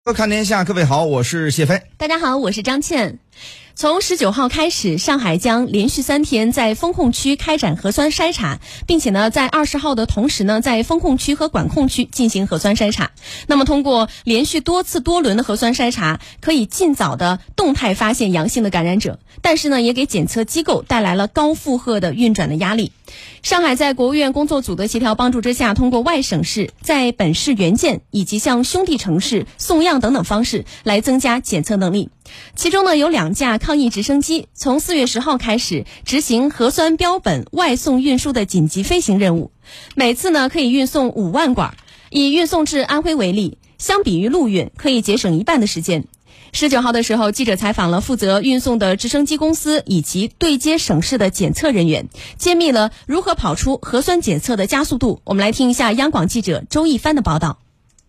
看天下，各位好，我是谢飞。 大家好，我是张倩。从19号开始，上海将连续3天在封控区开展核酸筛查，并且呢，在20号的同时呢，在封控区和管控区进行核酸筛查。那么，通过连续多次多轮的核酸筛查，可以尽早的动态发现阳性的感染者，但是呢，也给检测机构带来了高负荷的运转的压力。上海在国务院工作组的协调帮助之下，通过外省市在本市援建以及向兄弟城市送样等等方式来增加检测能力。其中呢，有2架抗疫直升机从4月10号开始执行核酸标本外送运输的紧急飞行任务，每次呢可以运送5万管。以运送至安徽为例，相比于陆运可以节省1半的时间。19号的时候，记者采访了负责运送的直升机公司以及对接省市的检测人员，揭秘了如何跑出核酸检测的加速度。我们来听一下央广记者周一帆的报道。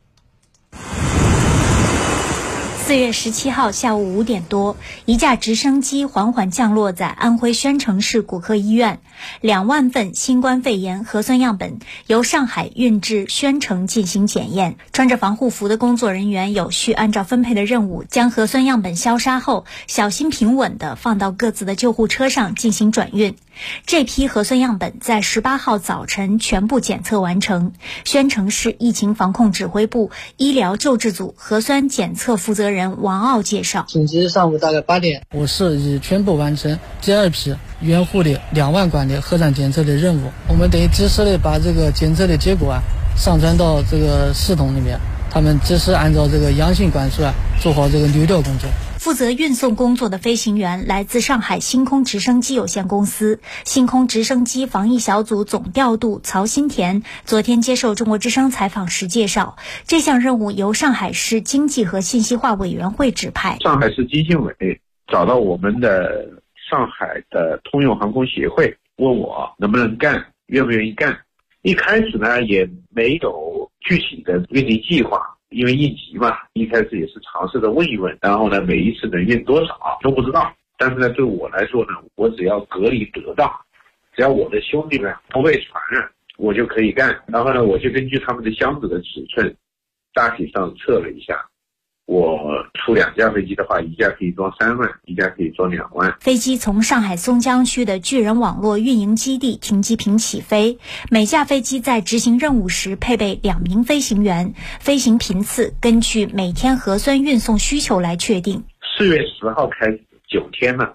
4月17号下午5点多，一架直升机缓缓降落在安徽宣城市骨科医院，2万份新冠肺炎核酸样本由上海运至宣城进行检验。穿着防护服的工作人员有序按照分配的任务，将核酸样本消杀后，小心平稳地放到各自的救护车上进行转运。这批核酸样本在18号早晨全部检测完成。宣城市疫情防控指挥部医疗救治组核酸检测负责人王傲介绍， 星期上午大概8点，我市已全部完成第2批原户的2万管的核酸检测的任务。我们等于及时的把这个检测的结果上传到这个系统里面，他们及时按照这个阳性管数做好这个流调工作。 负责运送工作的飞行员来自上海星空直升机有限公司。星空直升机防疫小组总调度曹新田昨天接受中国之声采访时介绍，这项任务由上海市经济和信息化委员会指派。 上海市经信委找到我们的上海的通用航空协会，问我能不能干，愿不愿意干。一开始呢也没有具体的运营计划，因为应急嘛，一开始也是尝试着问一问，然后呢每一次能运多少都不知道。但是呢对我来说呢，我只要隔离得当，只要我的兄弟们不被传染，我就可以干。然后呢我就根据他们的箱子的尺寸大体上测了一下，我出2架飞机的话，一架可以装3万，一架可以装2万。 飞机从上海松江区的巨人网络运营基地停机坪起飞，每架飞机在执行任务时配备2名飞行员，飞行频次根据每天核酸运送需求来确定。 4月10号开始9天了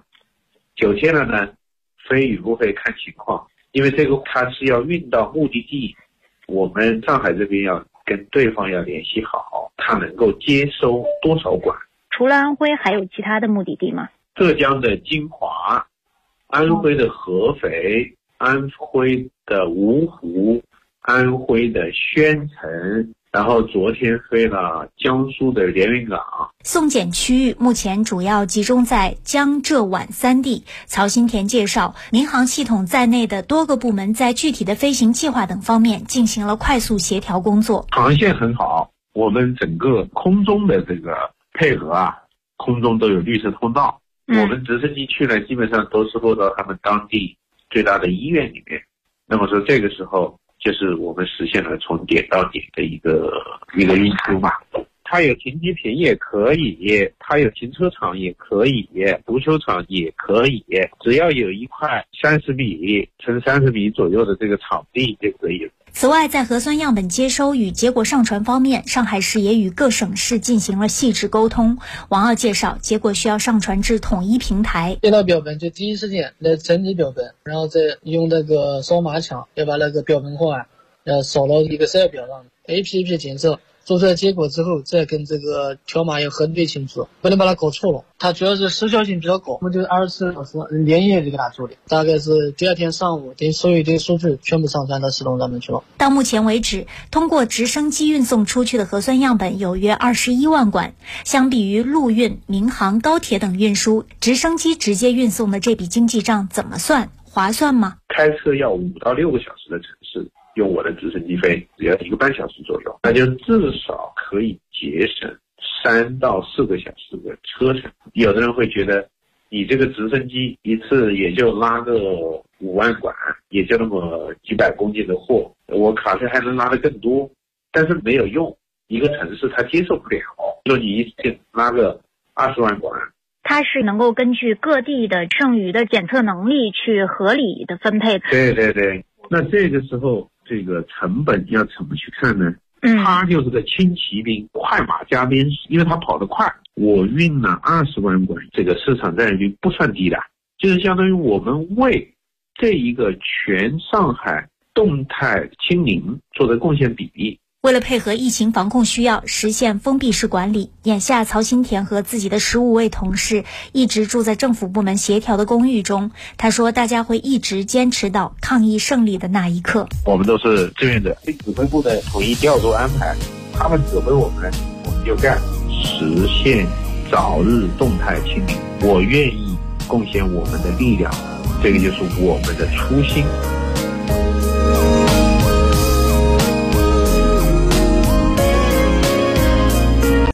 ，9天了呢，飞与不飞看情况，因为这个它是要运到目的地，我们上海这边要跟对方要联系好，他能够接收多少管。 除了安徽还有其他的目的地吗？ 浙江的金华，安徽的合肥，安徽的芜湖，安徽的宣城，然后昨天飞了江苏的连云港。 送检区域目前主要集中在江浙皖3地。曹新田介绍，民航系统在内的多个部门在具体的飞行计划等方面进行了快速协调工作。 航线很好，我们整个空中的这个配合空中都有绿色通道。我们直升机去呢，基本上都是落到他们当地最大的医院里面。那么说这个时候就是我们实现了从点到点的一个运输嘛。它有停机坪也可以，它有停车场也可以，足球场也可以，只要有一块30米乘30米左右的这个场地就可以了。 此外，在核酸样本接收与结果上传方面，上海市也与各省市进行了细致沟通。王傲介绍，结果需要上传至统一平台。 接到标本就第一时间来整理标本，然后再用那个扫码枪要把那个标本号扫到一个Excel表上，一批一批检测，做出来结果之后再跟这个条码要核对清楚，不能把它搞错了。它主要是时效性比较高，我们就是24小时连夜就给它做的，大概是第2天上午等所有的数据全部上传到系统上面去了。 到目前为止，通过直升机运送出去的核酸样本有约21万管，相比于陆运、民航、高铁等运输，直升机直接运送的这笔经济账怎么算？划算吗？ 开车要5到6个小时的城市，用我的直升机飞只要1个半小时左右，那就至少可以节省3到4个小时的车程。有的人会觉得你这个直升机一次也就拉个5万管，也就那么几百公斤的货，我卡车还能拉得更多，但是没有用。 一个城市它接受不了，说你一天拉个20万管。 它是能够根据各地的剩余的检测能力去合理的分配。 对对对，那这个时候这个成本要怎么去看呢？他就是个轻骑兵，快马加鞭，因为他跑得快。我运了20万管，这个市场占有率不算低的，就是相当于我们为这一个全上海动态清零做的贡献比例。 为了配合疫情防控需要，实现封闭式管理，眼下曹新田和自己的15位同事一直住在政府部门协调的公寓中。他说，大家会一直坚持到抗疫胜利的那一刻。 我们都是志愿者，指挥部的统一调度安排，他们指挥我们，我们就干，实现早日动态清零。我愿意贡献我们的力量，这个就是我们的初心。